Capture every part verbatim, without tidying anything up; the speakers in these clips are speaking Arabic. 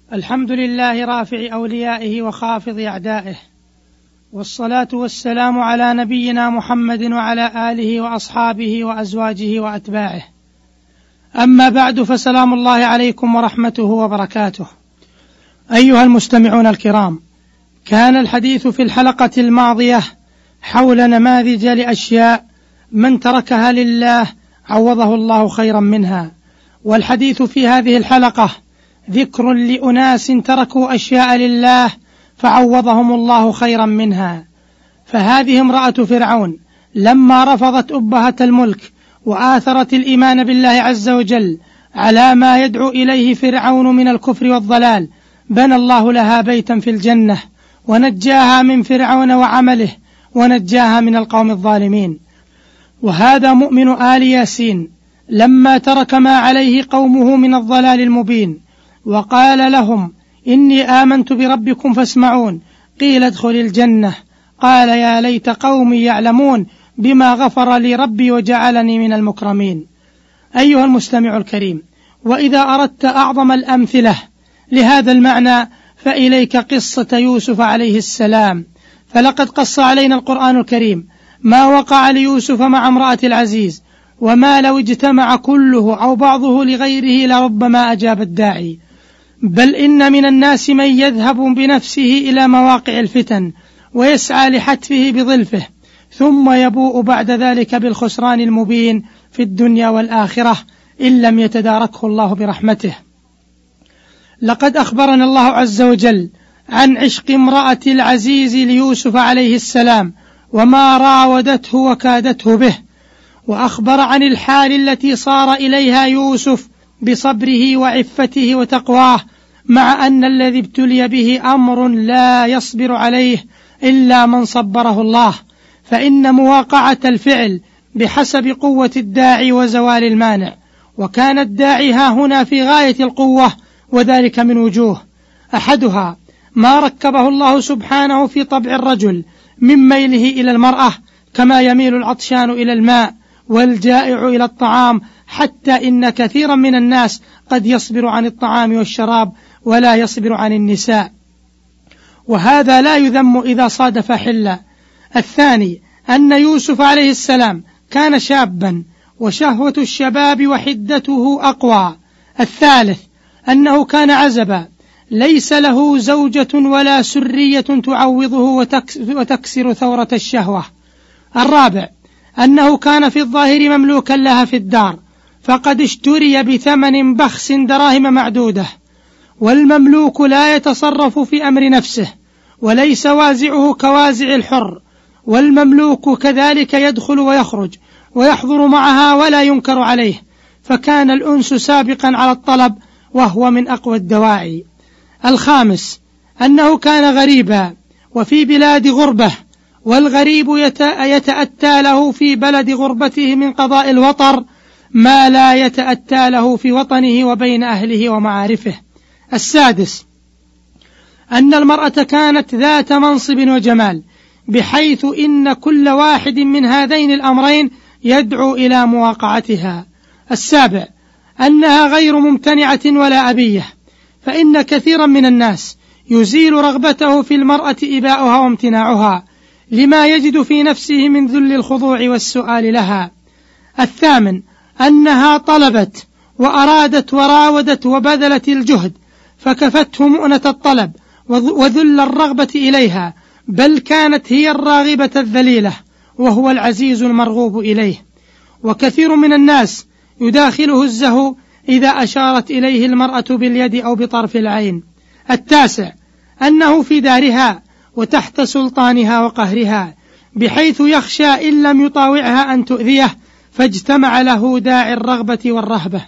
الحمد لله رافع أوليائه وخافض أعدائه، والصلاة والسلام على نبينا محمد وعلى آله وأصحابه وأزواجه وأتباعه. أما بعد، فسلام الله عليكم ورحمته وبركاته. أيها المستمعون الكرام، كان الحديث في الحلقة الماضية حول نماذج لأشياء من تركها لله عوضه الله خيرا منها، والحديث في هذه الحلقة ذكر لأناس تركوا أشياء لله فعوضهم الله خيرا منها. فهذه امرأة فرعون لما رفضت أبهة الملك وآثرت الإيمان بالله عز وجل على ما يدعو إليه فرعون من الكفر والضلال، بنى الله لها بيتا في الجنة ونجاها من فرعون وعمله ونجاها من القوم الظالمين. وهذا مؤمن آل ياسين لما ترك ما عليه قومه من الضلال المبين وقال لهم: إني آمنت بربكم فاسمعون، قيل ادخل الجنة، قال يا ليت قومي يعلمون بما غفر لي ربي وجعلني من المكرمين. أيها المستمع الكريم، وإذا أردت أعظم الأمثلة لهذا المعنى فإليك قصة يوسف عليه السلام. فلقد قص علينا القرآن الكريم ما وقع ليوسف مع امرأة العزيز، وما لو اجتمع كله أو بعضه لغيره لربما أجاب الداعي. بل إن من الناس من يذهب بنفسه إلى مواقع الفتن ويسعى لحتفه بظلفه، ثم يبوء بعد ذلك بالخسران المبين في الدنيا والآخرة إن لم يتداركه الله برحمته. لقد أخبرنا الله عز وجل عن عشق امرأة العزيز ليوسف عليه السلام وما راودته وكادته به، وأخبر عن الحال التي صار إليها يوسف بصبره وعفته وتقواه، مع أن الذي ابتلي به أمر لا يصبر عليه إلا من صبره الله، فإن مواقعة الفعل بحسب قوة الداعي وزوال المانع، وكان الداعي ها هنا في غاية القوة، وذلك من وجوه. أحدها ما ركبه الله سبحانه في طبع الرجل من ميله إلى المرأة، كما يميل العطشان إلى الماء والجائع إلى الطعام، حتى إن كثيرا من الناس قد يصبر عن الطعام والشراب ولا يصبر عن النساء، وهذا لا يذم إذا صادف حلا. الثاني أن يوسف عليه السلام كان شابا وشهوة الشباب وحدته أقوى. الثالث أنه كان عزبا ليس له زوجة ولا سرية تعوضه وتكسر ثورة الشهوة. الرابع أنه كان في الظاهر مملوكا لها في الدار، فقد اشتري بثمن بخس دراهم معدودة، والمملوك لا يتصرف في أمر نفسه وليس وازعه كوازع الحر، والمملوك كذلك يدخل ويخرج ويحضر معها ولا ينكر عليه، فكان الأنس سابقا على الطلب وهو من أقوى الدواعي. الخامس أنه كان غريبا وفي بلاد غربة، والغريب يتأتى له في بلد غربته من قضاء الوطر ما لا يتأتى له في وطنه وبين أهله ومعارفه. السادس أن المرأة كانت ذات منصب وجمال، بحيث إن كل واحد من هذين الأمرين يدعو إلى مواقعتها. السابع أنها غير ممتنعة ولا أبية، فإن كثيرا من الناس يزيل رغبته في المرأة إباؤها وامتناعها لما يجد في نفسه من ذل الخضوع والسؤال لها. الثامن أنها طلبت وأرادت وراودت وبذلت الجهد، فكفته مؤنة الطلب وذل الرغبة إليها، بل كانت هي الراغبة الذليلة وهو العزيز المرغوب إليه. وكثير من الناس يداخله الزهو إذا أشارت إليه المرأة باليد أو بطرف العين. التاسع أنه في دارها وتحت سلطانها وقهرها، بحيث يخشى إن لم يطاوعها أن تؤذيه، فاجتمع له داعي الرغبة والرهبة.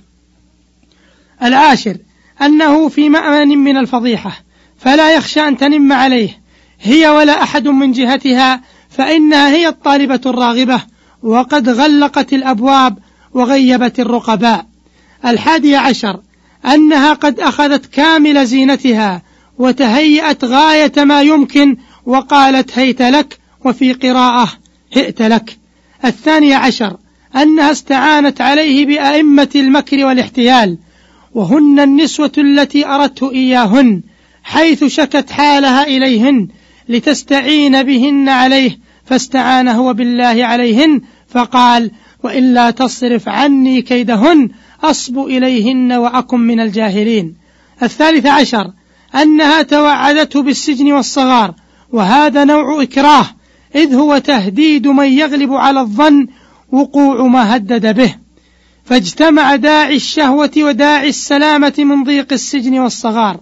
العاشر أنه في مأمن من الفضيحة، فلا يخشى أن تنم عليه هي ولا أحد من جهتها، فإنها هي الطالبة الراغبة، وقد غلقت الأبواب وغيبت الرقباء. الحادي عشر أنها قد أخذت كامل زينتها وتهيأت غاية ما يمكن وقالت هيت لك، وفي قراءة هئت لك. الثاني عشر أنها استعانت عليه بأئمة المكر والاحتيال، وهن النسوة التي أردت إياهن، حيث شكت حالها إليهن لتستعين بهن عليه، فاستعان هو بالله عليهن فقال: وإلا تصرف عني كيدهن أصب إليهن وأكن من الجاهلين. الثالث عشر أنها توعدته بالسجن والصغار، وهذا نوع إكراه، إذ هو تهديد من يغلب على الظن وقوع ما هدد به، فاجتمع داعي الشهوة وداعي السلامة من ضيق السجن والصغار.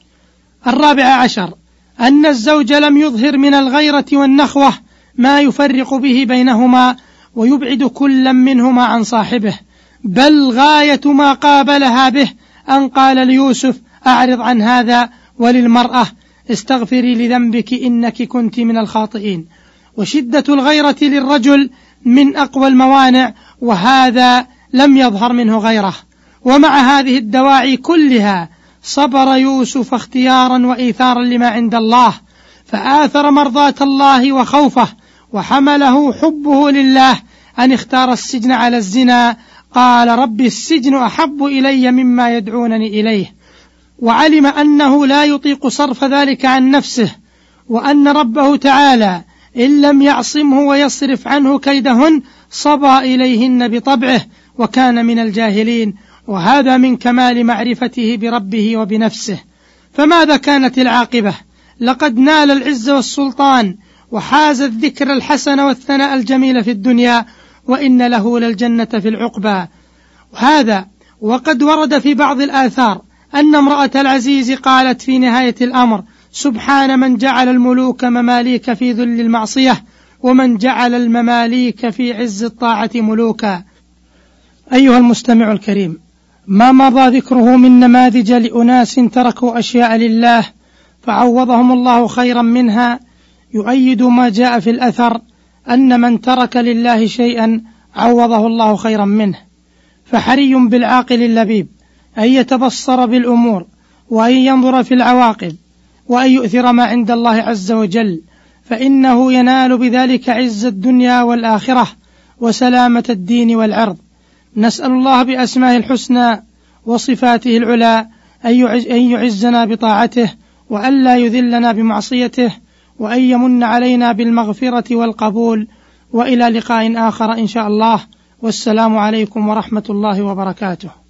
الرابع عشر أن الزوج لم يظهر من الغيرة والنخوة ما يفرق به بينهما ويبعد كل منهما عن صاحبه، بل غاية ما قابلها به أن قال ليوسف: أعرض عن هذا، وللمرأة: استغفري لذنبك إنك كنت من الخاطئين. وشدة الغيرة للرجل من أقوى الموانع، وهذا لم يظهر منه غيره. ومع هذه الدواعي كلها صبر يوسف اختيارا وإيثارا لما عند الله، فآثر مرضاة الله وخوفه، وحمله حبه لله أن اختار السجن على الزنا. قال: رب السجن أحب إلي مما يدعونني إليه. وعلم أنه لا يطيق صرف ذلك عن نفسه، وأن ربه تعالى إن لم يعصمه ويصرف عنه كيدهن صبى إليهن بطبعه، وكان من الجاهلين، وهذا من كمال معرفته بربه وبنفسه. فماذا كانت العاقبة؟ لقد نال العز والسلطان، وحاز الذكر الحسن والثناء الجميل في الدنيا، وإن له للجنة في العقبى. وهذا وقد ورد في بعض الآثار أن امرأة العزيز قالت في نهاية الأمر: سبحان من جعل الملوك مماليك في ذل المعصية، ومن جعل المماليك في عز الطاعة ملوكا. أيها المستمع الكريم، ما مضى ذكره من نماذج لأناس تركوا أشياء لله فعوضهم الله خيرا منها يؤيد ما جاء في الأثر أن من ترك لله شيئا عوضه الله خيرا منه. فحري بالعاقل اللبيب أن يتبصر بالأمور، وأن ينظر في العواقب، وأن يؤثر ما عند الله عز وجل، فإنه ينال بذلك عز الدنيا والآخرة وسلامة الدين والعرض. نسأل الله بأسمائه الحسنى وصفاته العلى أن يعزنا بطاعته، وأن لا يذلنا بمعصيته، وأن يمن علينا بالمغفرة والقبول. وإلى لقاء آخر إن شاء الله، والسلام عليكم ورحمة الله وبركاته.